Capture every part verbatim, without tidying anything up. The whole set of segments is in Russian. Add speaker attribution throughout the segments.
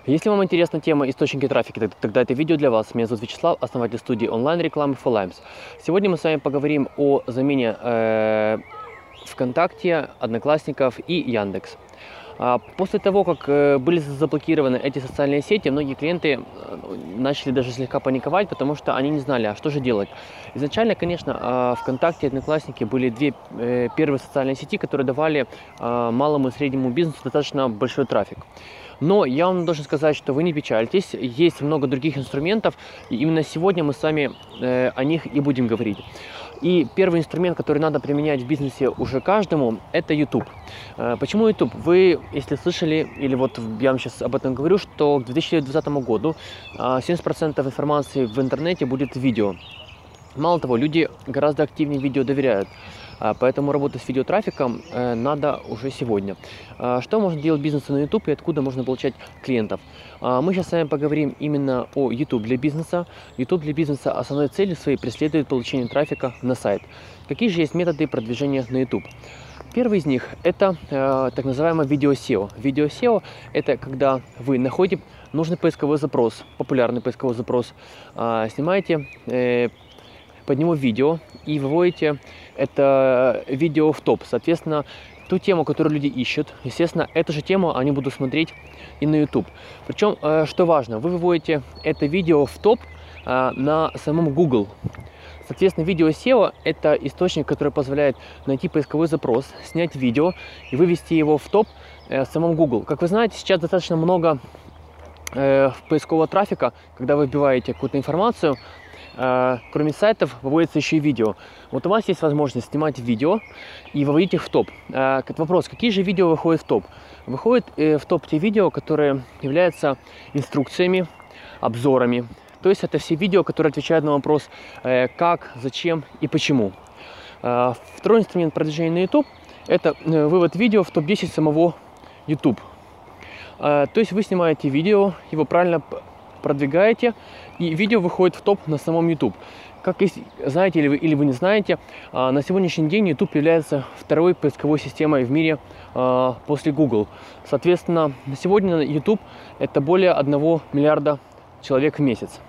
Speaker 1: Если вам интересна тема источники трафика, тогда это видео для вас. Меня зовут Вячеслав, основатель студии онлайн-рекламы фор лаймс. Сегодня мы с вами поговорим о замене э, ВКонтакте, Одноклассников и Яндекс. После того, как были заблокированы эти социальные сети, многие клиенты начали даже слегка паниковать, потому что они не знали, а что же делать. Изначально, конечно, ВКонтакте и Одноклассники были две первые социальные сети, которые давали малому и среднему бизнесу достаточно большой трафик. Но я вам должен сказать, что вы не печальтесь, есть много других инструментов, и именно сегодня мы с вами о них и будем говорить. И первый инструмент, который надо применять в бизнесе уже каждому, это YouTube. Почему YouTube? Вы, если слышали, или вот я вам сейчас об этом говорю, что к две тысячи двадцатому году семьдесят процентов информации в интернете будет видео. Мало того, люди гораздо активнее видео доверяют. Поэтому работать с видеотрафиком надо уже сегодня. Что можно делать бизнесу на YouTube и откуда можно получать клиентов? Мы сейчас с вами поговорим именно о YouTube для бизнеса. YouTube для бизнеса основной целью своей преследует получение трафика на сайт. Какие же есть методы продвижения на YouTube? Первый из них – это э, так называемое видео сео. Видео сео – это когда вы находите нужный поисковой запрос, популярный поисковой запрос, э, снимаете э, под него видео и выводите это видео в топ. Соответственно, ту тему, которую люди ищут, естественно, эту же тему они будут смотреть и на YouTube. Причем, э, что важно, вы выводите это видео в топ э, на самом Google. Соответственно, видео сео – это источник, который позволяет найти поисковой запрос, снять видео и вывести его в топ э, в самом Google. Как вы знаете, сейчас достаточно много э, поискового трафика, когда вы вбиваете какую-то информацию, э, кроме сайтов выводится еще и видео. Вот у вас есть возможность снимать видео и выводить их в топ. Э, вопрос, какие же видео выходят в топ? Выходят э, в топ те видео, которые являются инструкциями, обзорами. То есть это все видео, которые отвечают на вопрос э, как, зачем и почему. Э, второй инструмент продвижения на YouTube – это э, вывод видео в топ десять самого YouTube. Э, то есть вы снимаете видео, его правильно продвигаете, и видео выходит в топ на самом YouTube. Как если знаете или вы, или вы не знаете, э, на сегодняшний день YouTube является второй поисковой системой в мире э, после Google. Соответственно, на сегодня YouTube – это более одного миллиарда человек в месяц.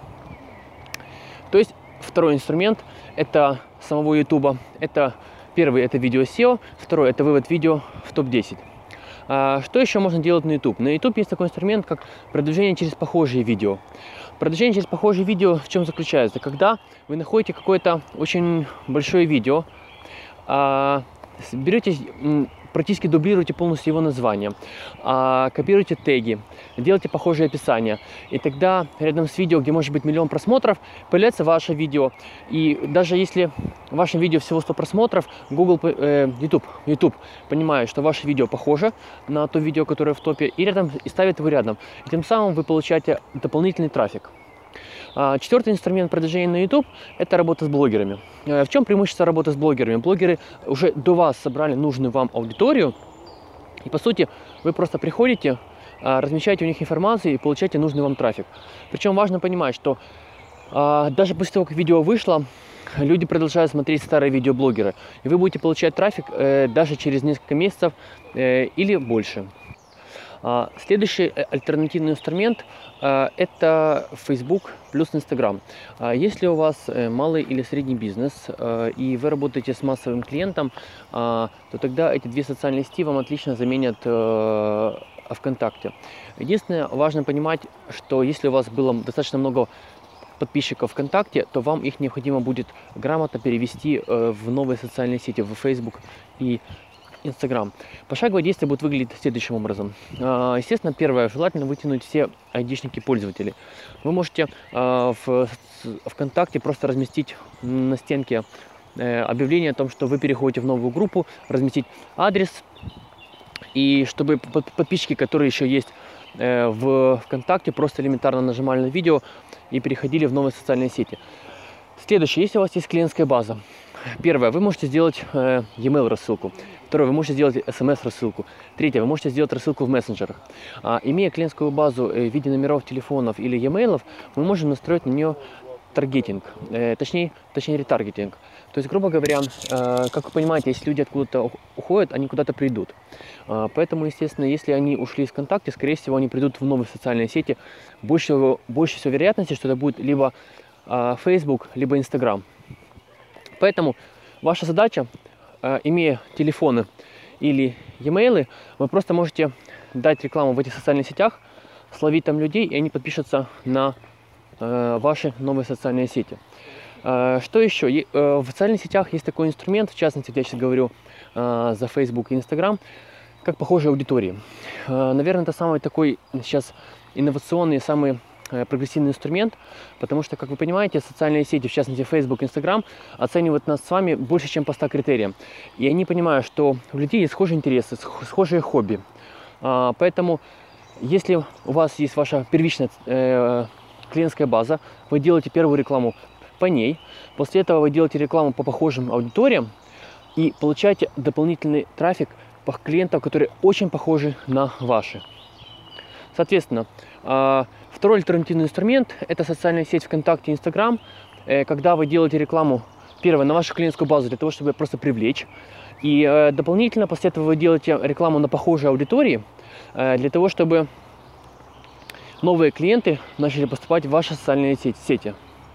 Speaker 1: То есть второй инструмент это самого YouTube. Это первый это видео сео, второй это вывод видео в топ десять. А, что еще можно делать на YouTube? На YouTube есть такой инструмент, как продвижение через похожие видео. Продвижение через похожие видео в чем заключается? Когда вы находите какое-то очень большое видео, а, берете, практически дублируете полностью его название, а, копируете теги, делаете похожие описания. И тогда рядом с видео, где может быть миллион просмотров, появляется ваше видео. И даже если в вашем видео всего сто просмотров, Google, э, YouTube, YouTube понимает, что ваше видео похоже на то видео, которое в топе, и, рядом, и ставит его рядом. И тем самым вы получаете дополнительный трафик. Четвертый инструмент продвижения на YouTube – это работа с блогерами. В чем преимущество работы с блогерами? Блогеры уже до вас собрали нужную вам аудиторию, и по сути вы просто приходите, размещаете у них информацию и получаете нужный вам трафик. Причем важно понимать, что даже после того, как видео вышло, люди продолжают смотреть старые видео блогера, и вы будете получать трафик даже через несколько месяцев или больше. Следующий альтернативный инструмент – это Facebook плюс Instagram. Если у вас малый или средний бизнес, и вы работаете с массовым клиентом, то тогда эти две социальные сети вам отлично заменят ВКонтакте. Единственное, важно понимать, что если у вас было достаточно много подписчиков ВКонтакте, то вам их необходимо будет грамотно перевести в новые социальные сети, в Facebook и Instagram. Пошаговое действие будет выглядеть следующим образом. Естественно, первое, желательно вытянуть все айдишники пользователей. Вы можете в ВКонтакте просто разместить на стенке объявление о том, что вы переходите в новую группу, разместить адрес, и чтобы подписчики, которые еще есть в ВКонтакте, просто элементарно нажимали на видео и переходили в новые социальные сети. Следующее, если у вас есть клиентская база. Первое, вы можете сделать э, e-mail рассылку. Второе, вы можете сделать эс эм эс рассылку. Третье, вы можете сделать рассылку в мессенджерах. А, имея клиентскую базу э, в виде номеров телефонов или e-mail, мы можем настроить на нее таргетинг, э, точнее, точнее ретаргетинг. То есть, грубо говоря, как вы понимаете, если люди откуда-то уходят, они куда-то придут. Поэтому, естественно, если они ушли из ВКонтакте, скорее всего, они придут в новые социальные сети. Больше, больше всего вероятности, что это будет либо Facebook, либо Instagram. Поэтому ваша задача, имея телефоны или e-mail, вы просто можете дать рекламу в этих социальных сетях, словить там людей, и они подпишутся на э, ваши новые социальные сети. Э, что еще? И, э, в социальных сетях есть такой инструмент, в частности, я сейчас говорю э, за Facebook и Instagram, как похожие аудитории. Э, наверное, это самый такой сейчас инновационный, самый э, прогрессивный инструмент, потому что, как вы понимаете, социальные сети, в частности, Facebook, Instagram, оценивают нас с вами больше, чем по ста критериям. И они понимают, что у людей есть схожие интересы, схожие хобби. Э, поэтому если у вас есть ваша первичная э, клиентская база, вы делаете первую рекламу по ней, после этого вы делаете рекламу по похожим аудиториям и получаете дополнительный трафик по клиентам, которые очень похожи на ваши. Соответственно, э, второй альтернативный инструмент – это социальная сеть ВКонтакте и Инстаграм, э, когда вы делаете рекламу, первое, на вашу клиентскую базу для того, чтобы просто привлечь, и э, дополнительно после этого вы делаете рекламу на похожие аудитории, для того, чтобы новые клиенты начали поступать в ваши социальные сети.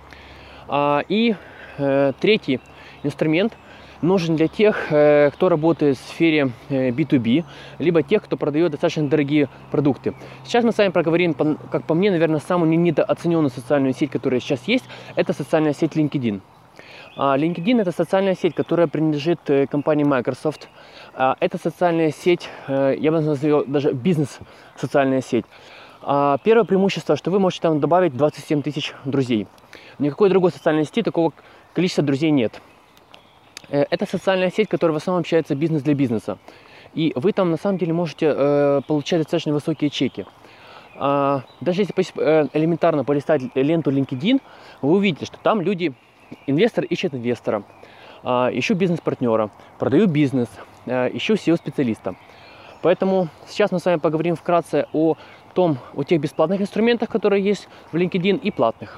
Speaker 1: И третий инструмент нужен для тех, кто работает в сфере би ту би, либо тех, кто продает достаточно дорогие продукты. Сейчас мы с вами проговорим, как по мне, наверное, самую недооцененную социальную сеть, которая сейчас есть, это социальная сеть LinkedIn. LinkedIn – это социальная сеть, которая принадлежит компании Microsoft. Это социальная сеть, я бы назвал ее даже бизнес-социальная сеть. Первое преимущество, что вы можете там добавить двадцать семь тысяч друзей. Никакой другой социальной сети такого количества друзей нет. Это социальная сеть, которая в основном общается бизнес для бизнеса. И вы там на самом деле можете получать достаточно высокие чеки. Даже если элементарно полистать ленту LinkedIn, вы увидите, что там люди... Инвестор ищет инвестора, ищу бизнес-партнера, продаю бизнес, ищу си и о-специалиста. Поэтому сейчас мы с вами поговорим вкратце о том, о тех бесплатных инструментах, которые есть в LinkedIn, и платных.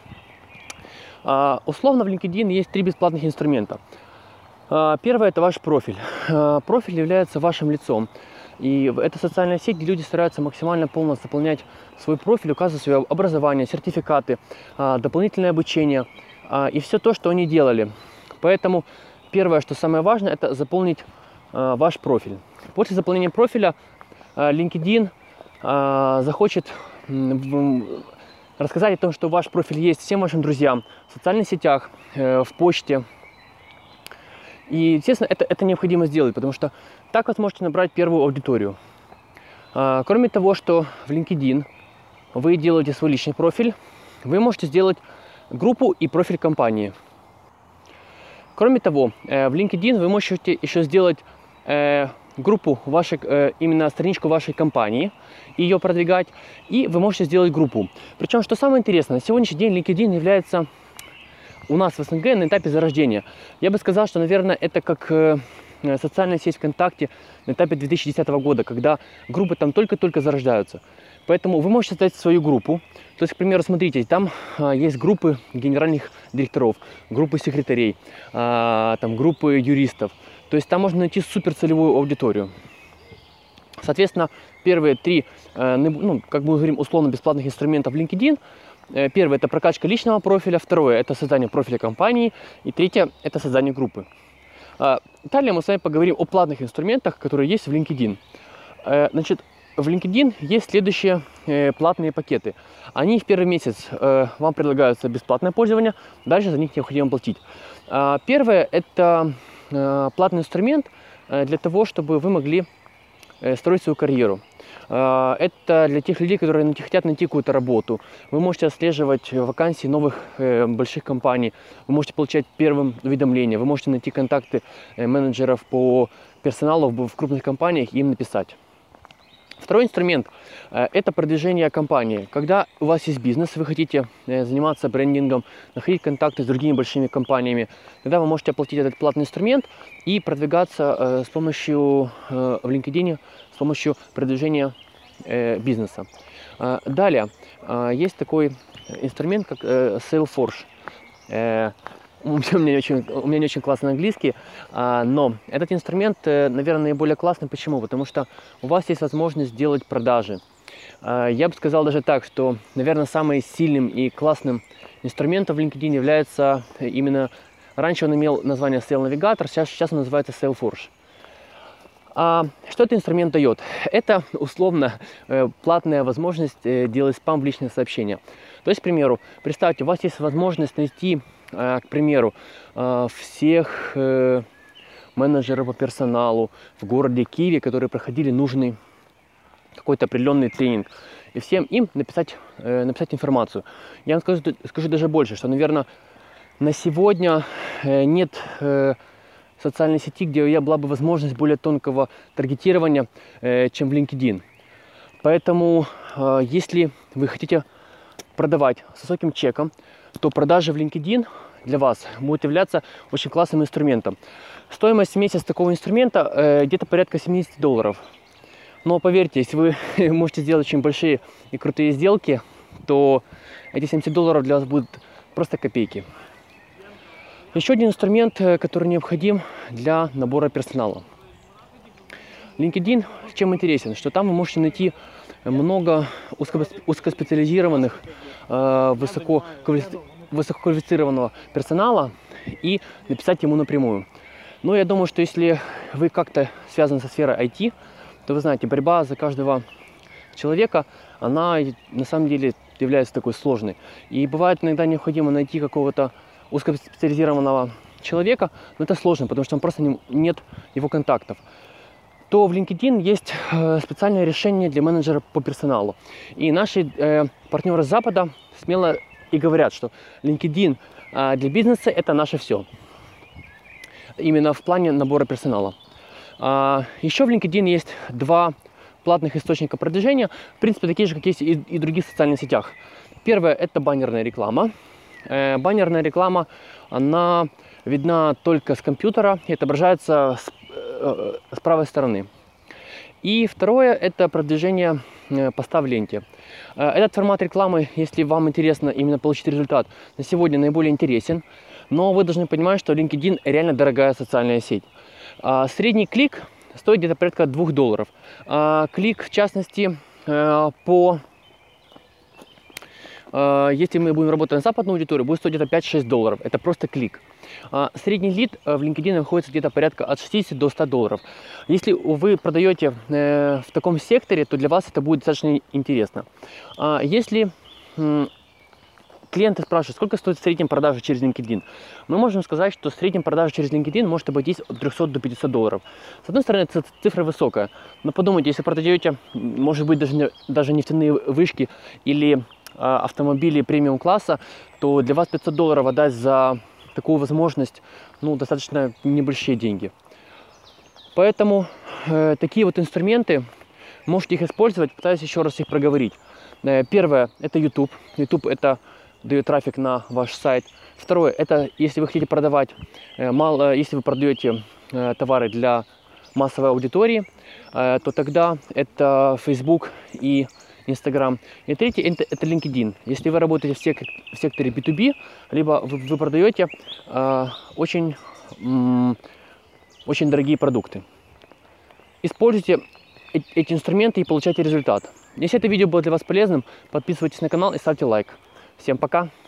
Speaker 1: Условно в LinkedIn есть три бесплатных инструмента. Первое – это ваш профиль. Профиль является вашим лицом. И это социальная сеть, где люди стараются максимально полно заполнять свой профиль, указывать свое образование, сертификаты, дополнительное обучение и все то, что они делали. Поэтому первое, что самое важное, это заполнить ваш профиль. После заполнения профиля LinkedIn захочет рассказать о том, что ваш профиль есть всем вашим друзьям в социальных сетях, в почте. И, естественно, это, это необходимо сделать, потому что так вы сможете набрать первую аудиторию. Кроме того, что в LinkedIn вы делаете свой личный профиль, вы можете сделать группу и профиль компании. Кроме того, в LinkedIn вы можете еще сделать группу вашей, именно страничку вашей компании, ее продвигать, и вы можете сделать группу. Причем, что самое интересное, на сегодняшний день LinkedIn является у нас в СНГ на этапе зарождения. Я бы сказал, что, наверное, это как социальная сеть ВКонтакте на этапе две тысячи десятого года, когда группы там только-только зарождаются. Поэтому вы можете создать свою группу. То есть, к примеру, смотрите, там а, есть группы генеральных директоров, группы секретарей, а, там, группы юристов. То есть там можно найти суперцелевую аудиторию. Соответственно, первые три, э, ну, как мы говорим, условно-бесплатных инструментов LinkedIn. Э, первое – это прокачка личного профиля, второе – это создание профиля компании, и третье – это создание группы. Э, далее мы с вами поговорим о платных инструментах, которые есть в LinkedIn. Э, значит, в LinkedIn есть следующие э, платные пакеты. Они в первый месяц э, вам предлагаются бесплатное пользование, дальше за них необходимо платить. Э, первое – это э, платный инструмент э, для того, чтобы вы могли э, строить свою карьеру. Э, это для тех людей, которые хотят найти какую-то работу. Вы можете отслеживать вакансии новых э, больших компаний, вы можете получать первым уведомления, вы можете найти контакты э, менеджеров по персоналу в, в крупных компаниях и им написать. Второй инструмент – это продвижение компании. Когда у вас есть бизнес, вы хотите заниматься брендингом, находить контакты с другими большими компаниями, тогда вы можете оплатить этот платный инструмент и продвигаться с помощью в LinkedIn, с помощью продвижения бизнеса. Далее, есть такой инструмент, как Salesforce. у меня не очень, у меня не очень классный английский, а, но этот инструмент, наверное, наиболее классный. Почему? Потому что у вас есть возможность делать продажи. А, я бы сказал даже так, что, наверное, самым сильным и классным инструментом в LinkedIn является именно... Раньше он имел название Sales Navigator, сейчас, сейчас он называется Salesforce. А что этот инструмент дает? Это условно э, платная возможность э, делать спам в личные сообщения. То есть, к примеру, представьте, у вас есть возможность найти, э, к примеру, э, всех э, менеджеров по персоналу в городе Киеве, которые проходили нужный какой-то определенный тренинг, и всем им написать, э, написать информацию. Я вам скажу, скажу даже больше, что, наверное, на сегодня э, нет... Э, социальной сети, где я была бы возможность более тонкого таргетирования, э, чем в LinkedIn. Поэтому, э, если вы хотите продавать с высоким чеком, то продажи в LinkedIn для вас будут являться очень классным инструментом. Стоимость в месяц такого инструмента э, где-то порядка семьдесят долларов. Но поверьте, если вы можете сделать очень большие и крутые сделки, то эти семьдесят долларов для вас будут просто копейки. Еще один инструмент, который необходим для набора персонала. LinkedIn чем интересен, что там вы можете найти много узкоспециализированных, высоко, высококвалифицированного персонала и написать ему напрямую. Но я думаю, что если вы как-то связаны со сферой ай ти, то вы знаете, борьба за каждого человека, она на самом деле является такой сложной. И бывает иногда необходимо найти какого-то узкоспециализированного человека, но это сложно, потому что там просто не, нет его контактов. То в LinkedIn есть э, специальное решение для менеджера по персоналу. И наши э, партнеры с Запада смело и говорят, что LinkedIn э, для бизнеса это наше все. Именно в плане набора персонала. А, еще в LinkedIn есть два платных источника продвижения, в принципе, такие же, как есть и, и в других социальных сетях. Первое – это баннерная реклама. Баннерная реклама, она видна только с компьютера и отображается с, э, с правой стороны. И второе, это продвижение э, поста в ленте. Э, этот формат рекламы, если вам интересно именно получить результат, на сегодня наиболее интересен. Но вы должны понимать, что LinkedIn реально дорогая социальная сеть. Э, средний клик стоит где-то порядка двух долларов. Э, клик, в частности, э, по... Если мы будем работать на западную аудиторию, будет стоить где-то пять-шесть долларов. Это просто клик. Средний лид в LinkedIn находится где-то порядка от шестидесяти до ста долларов. Если вы продаете в таком секторе, то для вас это будет достаточно интересно. Если клиенты спрашивают, сколько стоит в среднем продажа через LinkedIn, мы можем сказать, что в среднем продажа через LinkedIn может обойтись от трёхсот до пятисот долларов. С одной стороны, цифра высокая, но подумайте, если продаете, может быть, даже, даже нефтяные вышки или автомобили премиум-класса, то для вас пятьсот долларов отдать за такую возможность, ну, достаточно небольшие деньги. Поэтому э, такие вот инструменты, можете их использовать, пытаюсь еще раз их проговорить. Э, первое, это YouTube. YouTube это дает трафик на ваш сайт. Второе, это если вы хотите продавать, э, мало, если вы продаете э, товары для массовой аудитории, э, то тогда это Facebook и Instagram. И третье, это, это LinkedIn. Если вы работаете в, сек в секторе би ту би, либо вы, вы продаете э, очень, очень дорогие продукты. Используйте э эти инструменты и получайте результат. Если это видео было для вас полезным, подписывайтесь на канал и ставьте лайк. Всем пока!